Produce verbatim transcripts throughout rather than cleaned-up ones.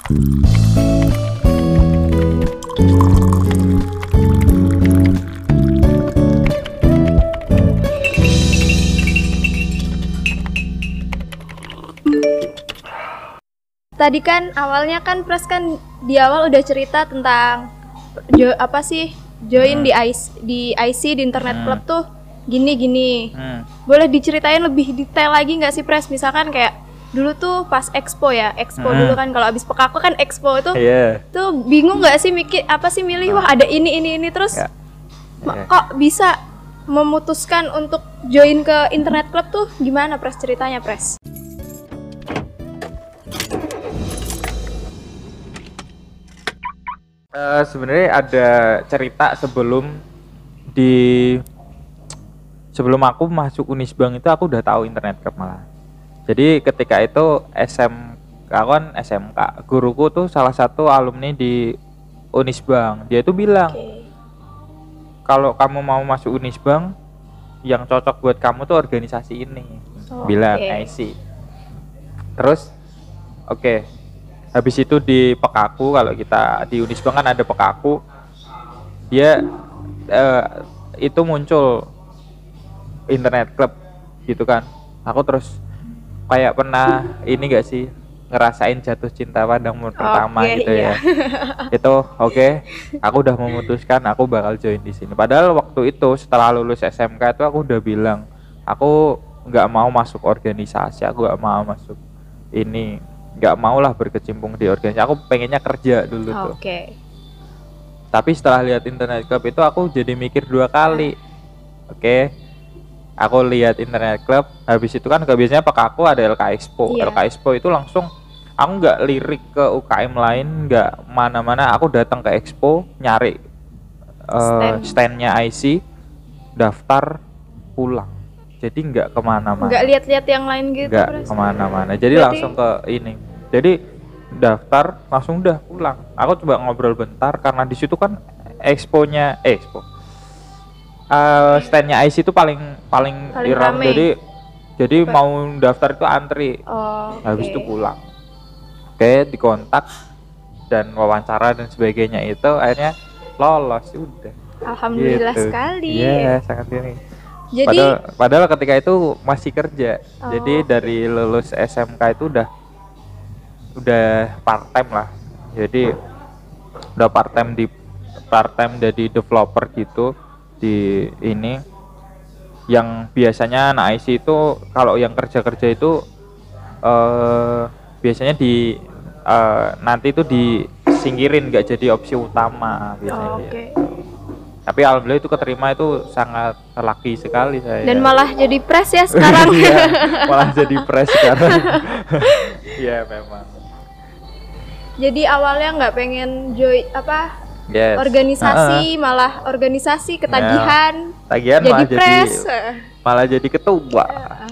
Tadi kan awalnya kan Pres kan di awal udah cerita tentang jo, apa sih join hmm. di I C, di I C di internet hmm. club tuh gini-gini. Hmm. Boleh diceritain lebih detail lagi nggak sih Pres? Misalkan kayak dulu tuh pas expo ya, expo hmm. dulu kan kalau abis pekaku kan expo itu yeah. tuh bingung nggak sih mikir apa sih milih wah ada ini ini ini terus yeah. Yeah. kok bisa memutuskan untuk join ke internet club tuh gimana Pres ceritanya Pres? Uh, sebenarnya ada cerita sebelum di sebelum aku masuk Unisbank itu aku udah tahu internet club malah. Jadi ketika itu S M K kan S M K guruku tuh salah satu alumni di Unisbank. Dia itu bilang okay. kalau kamu mau masuk Unisbank yang cocok buat kamu tuh organisasi ini. Oh, bilang okay. I C. Terus oke. Okay. Habis itu di Pekaku, kalau kita di Unisbank kan ada Pekaku, dia eh, itu muncul internet club gitu kan. Aku terus kayak pernah ini gak sih ngerasain jatuh cinta pandangan pertama okay, gitu iya. ya. Itu oke, okay, aku udah memutuskan aku bakal join di sini. Padahal waktu itu setelah lulus S M K itu aku udah bilang aku nggak mau masuk organisasi, aku nggak mau masuk ini. Nggak mau lah berkecimpung di organisasi, aku pengennya kerja dulu oh, tuh. Oke. Okay. Tapi setelah lihat internet club itu aku jadi mikir dua kali. Oke. Okay. Aku lihat internet club, habis itu kan biasanya pakai aku ada L K Expo. Yeah. L K Expo itu langsung aku nggak lirik ke U K M lain, nggak mana-mana. Aku datang ke Expo nyari uh, stand. standnya I C, daftar, pulang. Jadi nggak kemana-mana. Nggak lihat-lihat yang lain gitu. Nggak kemana-mana. Jadi berarti langsung ke ini. Jadi daftar langsung udah pulang. Aku coba ngobrol bentar karena di situ kan exponya, eh, expo. Uh, standnya I C itu paling paling, paling rame. Jadi jadi Apa? mau daftar itu antri. Oh, habis okay. itu pulang. Oke, okay, dikontak dan wawancara dan sebagainya itu akhirnya lolos udah. Alhamdulillah gitu. sekali. Iya, yeah, sangat ini. Jadi padahal, padahal ketika itu masih kerja. Oh. Jadi dari lulus S M K itu udah udah part time lah. Jadi udah part time di part time jadi developer gitu di ini. Yang biasanya anak I C itu kalau yang kerja-kerja itu uh, biasanya di uh, nanti itu disingkirin nggak jadi opsi utama biasanya. Oh, okay. Tapi alhamdulillah itu keterima itu sangat lucky sekali saya. Dan malah jadi pres ya sekarang. Iya, malah jadi pres sekarang. Iya memang. Jadi awalnya nggak pengen join apa yes. organisasi, uh-uh. malah organisasi ketagihan. Ya, tagihan jadi malah pres. Jadi, malah jadi ketua. Ya.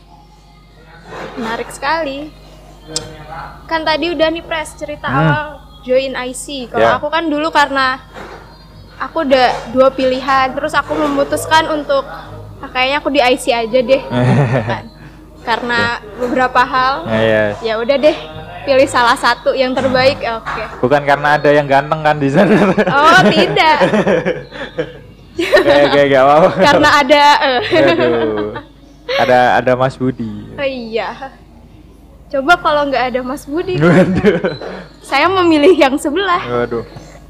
Menarik sekali. Kan tadi udah nih pres cerita hmm. awal join I C. Kalau yeah. aku kan dulu karena aku udah dua pilihan, terus aku memutuskan untuk ah, kayaknya aku di I C aja deh, kan? Karena beberapa hal, ya, ya. ya udah deh, pilih salah satu yang terbaik, oke. Okay. Bukan karena ada yang ganteng kan di sana? Oh tidak. Kayak kayak gak mau. Karena ada, uh. Aduh, ada ada Mas Budi. Oh, iya. Coba kalau nggak ada Mas Budi, saya memilih yang sebelah. Waduh.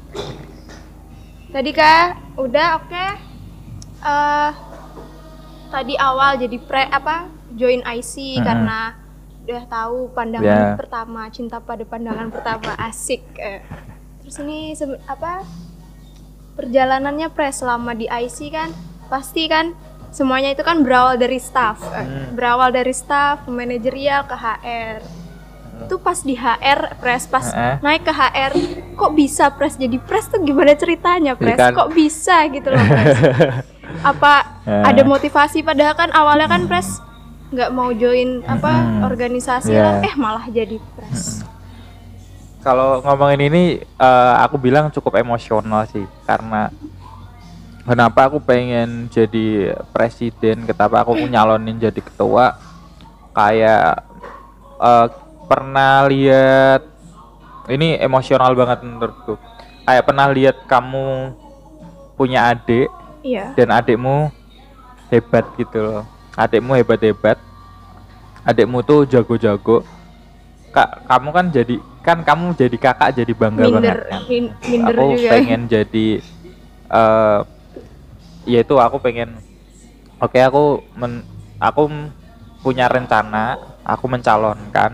Tadi kak, udah oke. Okay. Uh, tadi awal jadi pre apa join I C hmm. karena udah tahu pandangan yeah. pertama, cinta pada pandangan pertama asik. Uh. Terus ini sebe- apa perjalanannya pre selama di I C kan pasti kan semuanya itu kan berawal dari staff, uh, hmm. berawal dari staff, manajerial ke H R. Itu pas di H R pres pas uh-uh. naik ke H R kok bisa pres jadi pres tuh gimana ceritanya pres Ikan. Kok bisa gitu loh pres apa uh. ada motivasi padahal kan awalnya kan pres nggak mau join apa hmm. organisasi yeah. lah eh malah jadi pres. Hmm. Kalau ngomongin ini uh, aku bilang cukup emosional sih karena kenapa aku pengen jadi presiden, kenapa aku nyalonin jadi ketua kayak uh, pernah lihat ini emosional banget menurutku. Kayak pernah lihat kamu punya adik, iya. Dan adikmu hebat gitu loh. Adikmu hebat-hebat. Adikmu tuh jago-jago. Kak, kamu kan jadi kan kamu jadi kakak jadi bangga minder, banget kan. Min, minder aku juga. pengen jadi uh, yaitu aku pengen oke okay, aku men, aku punya rencana, aku mencalonkan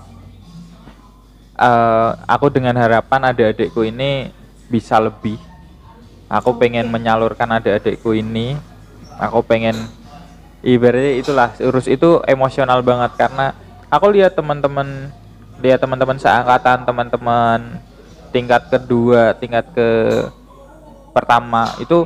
uh, aku dengan harapan adik-adikku ini bisa lebih. Aku okay. pengen menyalurkan adik-adikku ini. Aku pengen ibaratnya itulah urus itu emosional banget karena aku lihat teman-teman lihat teman-teman seangkatan, teman-teman tingkat kedua, tingkat ke pertama itu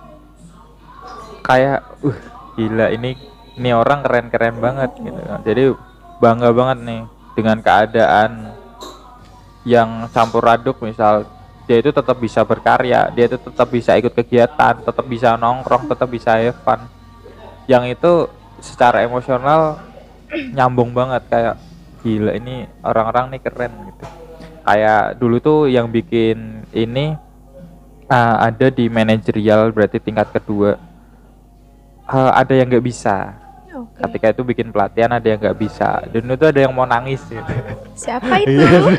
kayak uh gila ini ini orang keren-keren banget gitu. Jadi bangga banget nih dengan keadaan yang campur aduk, misal dia itu tetap bisa berkarya, dia itu tetap bisa ikut kegiatan, tetap bisa nongkrong, tetap bisa have fun. Yang itu secara emosional nyambung banget, kayak gila ini orang-orang nih keren gitu. Kayak dulu tuh yang bikin ini uh, ada di manajerial berarti tingkat kedua uh, ada yang nggak bisa. Okay. Ketika itu bikin pelatihan ada yang nggak bisa, dan itu ada yang mau nangis gitu. Siapa itu?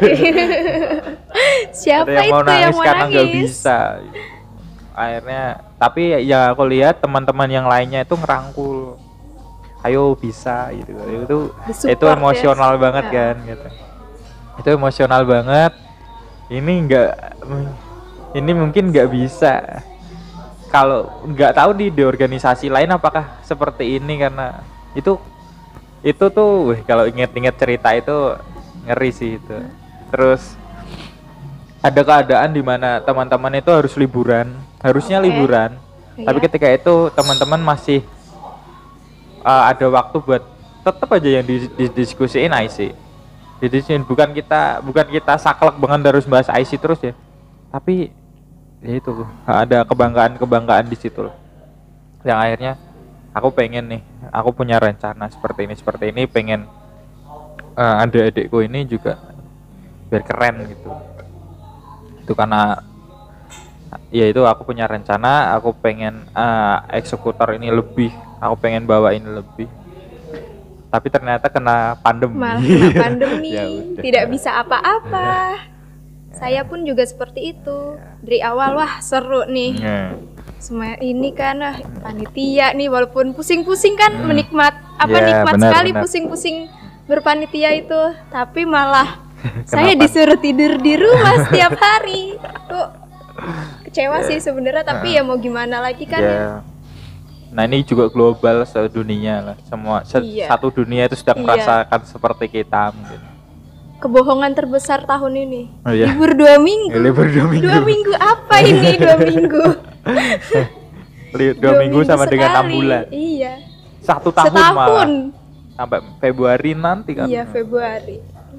Siapa ada yang itu mau nangis yang mau karena nggak nangis? bisa. Akhirnya, tapi ya aku lihat teman-teman yang lainnya itu ngerangkul, ayo bisa gitu. Itu Support, itu emosional ya, banget ya. Kan gitu. Itu emosional banget. Ini nggak, ini mungkin nggak bisa. Kalau nggak tahu di, di organisasi lain apakah seperti ini, karena itu itu tuh wih, kalau inget-inget cerita itu ngeri sih itu. Terus ada keadaan di mana teman-teman itu harus liburan, harusnya okay. liburan, yeah. Tapi ketika itu teman-teman masih uh, ada waktu buat tetap aja yang didiskusiin I C. Didiskusiin bukan kita bukan kita saklek banget harus bahas I C terus ya, tapi ya itu ada kebanggaan-kebanggaan di situ loh. Yang akhirnya aku pengen nih, aku punya rencana seperti ini seperti ini, pengen uh, adik-adikku ini juga biar keren gitu. Itu karena ya itu aku punya rencana, aku pengen uh, eksekutor ini lebih, aku pengen bawa ini lebih. Tapi ternyata kena pandemi. Malah kena pandemi, ya tidak bisa apa-apa. Saya pun juga seperti itu. Dari awal wah seru nih. Semua ini kan ah, panitia nih, walaupun pusing-pusing kan hmm. menikmat apa yeah, nikmat benar, sekali benar. Pusing-pusing berpanitia itu, tapi malah saya disuruh tidur di rumah setiap hari. Tuh kecewa yeah. sih sebenarnya, tapi uh, ya mau gimana lagi kan yeah. ya. Nah ini juga global sedunia lah, semua se- yeah. satu dunia itu sedang yeah. merasakan seperti kita mungkin. Kebohongan terbesar tahun ini. Oh, iya. Libur dua minggu. Ya, libur dua minggu. Dua minggu apa ini dua minggu? dua, dua minggu sama sekali. Dengan enam bulan. Iya. Satu tahun Setahun. malah. Sampai Februari nanti kan. Iya Februari.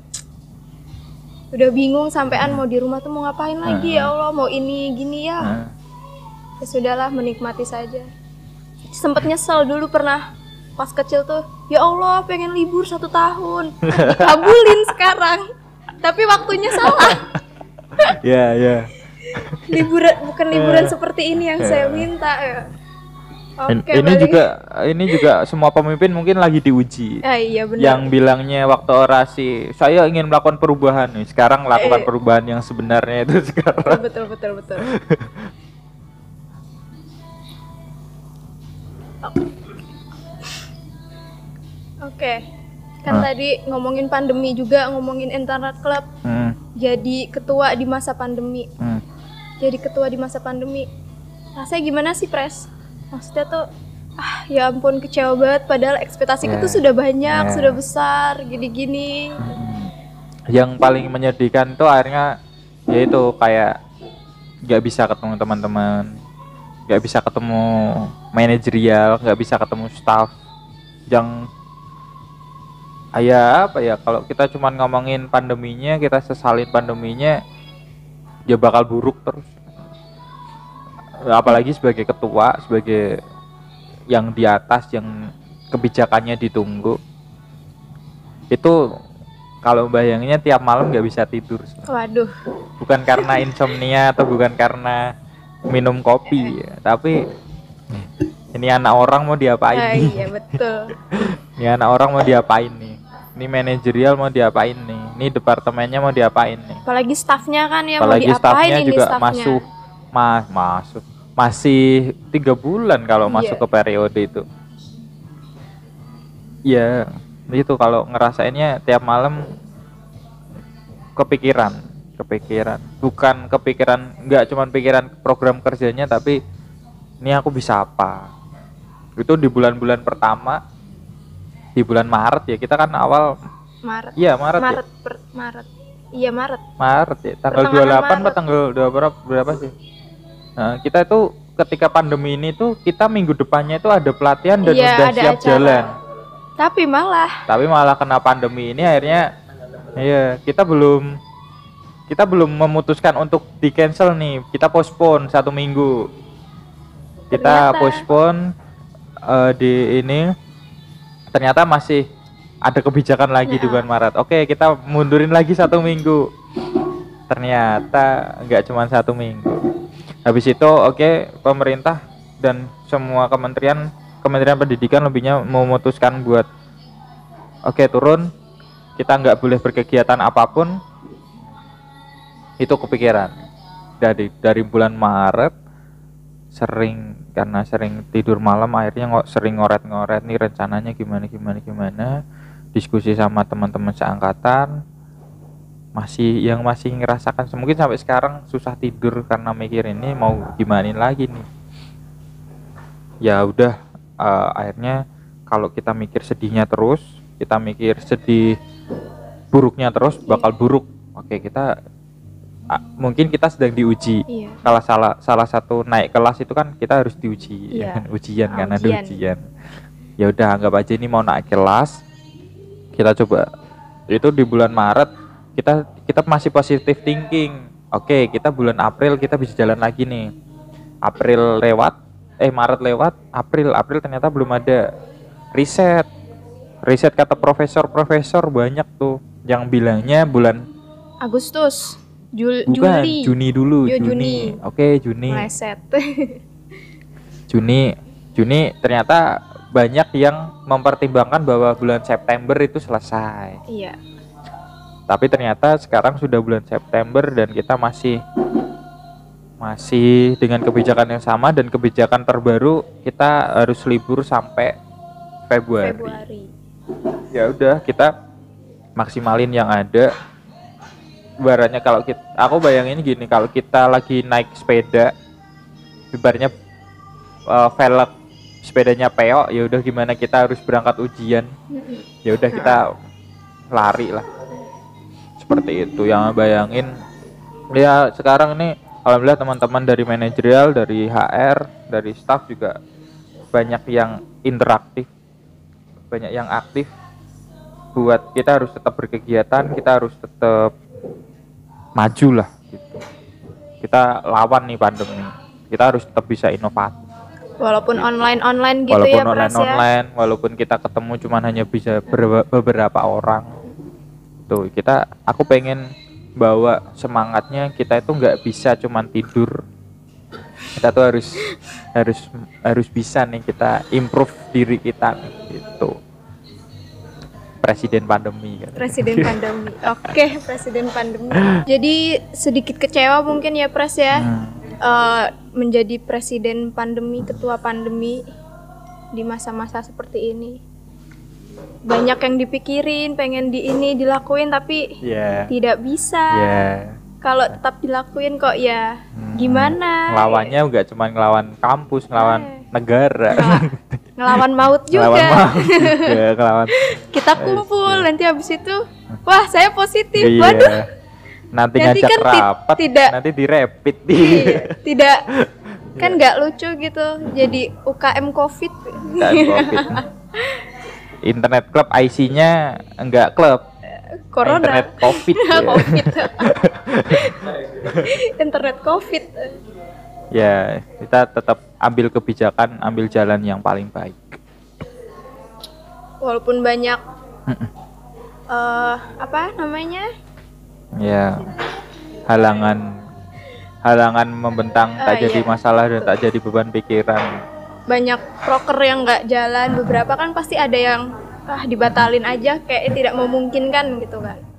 Udah bingung sampean mau di rumah tuh mau ngapain lagi hmm. ya Allah, mau ini gini ya. Hmm. Ya sudahlah, menikmati saja. Sempet nyesel dulu pernah. Pas kecil tuh, ya Allah pengen libur satu tahun, dikabulin sekarang, tapi waktunya salah. Ya ya. Liburan bukan liburan uh, seperti ini yang uh, saya minta ya. Oke. Okay, ini balik. juga ini juga semua pemimpin mungkin lagi diuji. Ah, iya benar. Yang bilangnya waktu orasi, saya ingin melakukan perubahan nih. Sekarang lakukan eh, perubahan yang sebenarnya itu sekarang. Betul betul betul. betul. Oke, okay. kan hmm. tadi ngomongin pandemi juga, ngomongin internet club. Hmm. Jadi ketua di masa pandemi. Hmm. Jadi ketua di masa pandemi. Rasanya gimana sih, Pres? Maksudnya tuh, ah ya ampun kecewa banget. Padahal ekspektasiku yeah. tuh sudah banyak, yeah. sudah besar, gini-gini. Hmm. Yang paling menyedihkan tuh akhirnya, yaitu kayak nggak bisa ketemu teman-teman, nggak bisa ketemu manajerial, nggak bisa ketemu staff. Yang ya apa ya, kalau kita cuman ngomongin pandeminya, kita sesalin pandeminya, dia bakal buruk terus. Apalagi sebagai ketua, sebagai yang di atas, yang kebijakannya ditunggu, itu kalau bayanginnya tiap malam nggak bisa tidur. Waduh. Bukan karena insomnia atau bukan karena minum kopi, ya, tapi ini anak orang mau diapain Ah, nih? iya betul. Ini anak orang mau diapain nih? Ini manajerial mau diapain nih? Ini departemennya mau diapain nih? Apalagi staffnya kan ya Apalagi mau diapain staffnya ini juga staffnya. masuk, mas masuk masih tiga bulan kalau Iya. masuk ke periode itu. Ya, itu kalau ngerasainnya tiap malam kepikiran, kepikiran. Bukan kepikiran, nggak cuma pikiran program kerjanya, tapi ini aku bisa apa? Itu di bulan-bulan pertama, di bulan Maret ya, kita kan awal Maret. Iya, Maret. Maret, Ya? per, Maret. Iya Maret. Maret ya, tanggal Pertengahan dua puluh delapan Maret. atau tanggal dua berapa, berapa sih? Nah, kita itu ketika pandemi ini tuh kita minggu depannya itu ada pelatihan dan Iya, udah ada siap acara. jalan. Tapi malah Tapi malah kena pandemi ini akhirnya iya, kita belum kita belum memutuskan untuk di cancel nih. Kita postpone satu minggu. Kita Ternyata. postpone eh, di ini ternyata masih ada kebijakan lagi di Ya. bulan Maret. Oke, kita mundurin lagi satu minggu. Ternyata nggak cuma satu minggu. Habis itu oke, pemerintah dan semua kementerian Kementerian Pendidikan lebihnya memutuskan buat oke turun, kita nggak boleh berkegiatan apapun. Itu kepikiran dari dari bulan Maret sering karena sering tidur malam akhirnya ngo, sering ngoret-ngoret nih rencananya gimana gimana gimana, diskusi sama teman-teman seangkatan, masih yang masih ngerasakan mungkin sampai sekarang susah tidur karena mikir ini mau gimanain lagi nih. Ya udah uh, akhirnya kalau kita mikir sedihnya terus, kita mikir sedih buruknya terus bakal buruk. Oke, kita uh, mungkin kita sedang diuji. iya. Kalau salah salah satu naik kelas itu kan kita harus diuji, Iya. ya kan? Ujian kan ada Ujian. ujian. Ya udah anggap aja ini mau naik kelas. Kita coba itu di bulan Maret kita kita masih positive thinking. Oke, kita bulan April kita bisa jalan lagi nih. April lewat, eh Maret lewat, April April ternyata belum ada riset. Riset kata profesor-profesor banyak tuh yang bilangnya bulan Agustus, Jul, bukan Juli, Juni dulu, Yo, Juni. Juni. Oke, Juni. meleset. Juni, Juni ternyata banyak yang mempertimbangkan bahwa bulan September itu selesai. Iya. Tapi ternyata sekarang sudah bulan September dan kita masih masih dengan kebijakan yang sama dan kebijakan terbaru kita harus libur sampai Februari. Februari. Ya udah kita maksimalin yang ada. Ibaratnya kalau kita, aku bayangin gini, kalau kita lagi naik sepeda, ibaratnya uh, velg sepedanya peok, ya udah gimana kita harus berangkat ujian, ya udah kita lari lah. Seperti itu yang bayangin. Ya sekarang ini alhamdulillah teman-teman dari manajerial, dari H R, dari staff juga banyak yang interaktif, banyak yang aktif. Buat kita harus tetap berkegiatan, kita harus tetap maju lah gitu. Kita lawan nih pandemi. Kita harus tetap bisa inovatif. Walaupun online-online gitu Walaupun ya, Pras ya. online-online, walaupun kita ketemu cuman hanya bisa ber- beberapa orang. Tuh, kita aku pengen bawa semangatnya kita itu nggak bisa cuman tidur. Kita tuh harus harus harus bisa nih kita improve diri kita nih, gitu. Presiden pandemi kan. Presiden pandemi. Oke, presiden pandemi. Jadi sedikit kecewa mungkin ya, Pras ya. Hmm. Eh, menjadi presiden pandemi, ketua pandemi di masa-masa seperti ini. Banyak yang dipikirin, pengen di ini dilakuin tapi Yeah. tidak bisa. Yeah. Kalau tetap dilakuin kok ya Hmm. gimana? Ngelawannya nggak cuma ngelawan kampus, ngelawan Eh. negara. Ngela- ngelawan maut juga. Ngelawan maut juga, ngelawan. Kita kumpul nanti habis itu, wah saya positif. Iya. Waduh, Nanti Nanti ngajak kan ti- rapat, tidak- nanti direpit. iya, tidak kan nggak lucu gitu. Jadi U K M COVID. Nggak COVID. Internet klub I C-nya enggak klub. Corona. Internet COVID. ya. COVID. Internet COVID. Ya, kita tetap ambil kebijakan, ambil jalan yang paling baik. Walaupun banyak uh, apa namanya? Ya, halangan halangan membentang uh, tak jadi iya. masalah dan tak jadi beban pikiran. Banyak proker yang nggak jalan, beberapa kan pasti ada yang ah dibatalin aja kayak tidak memungkinkan gitu kan.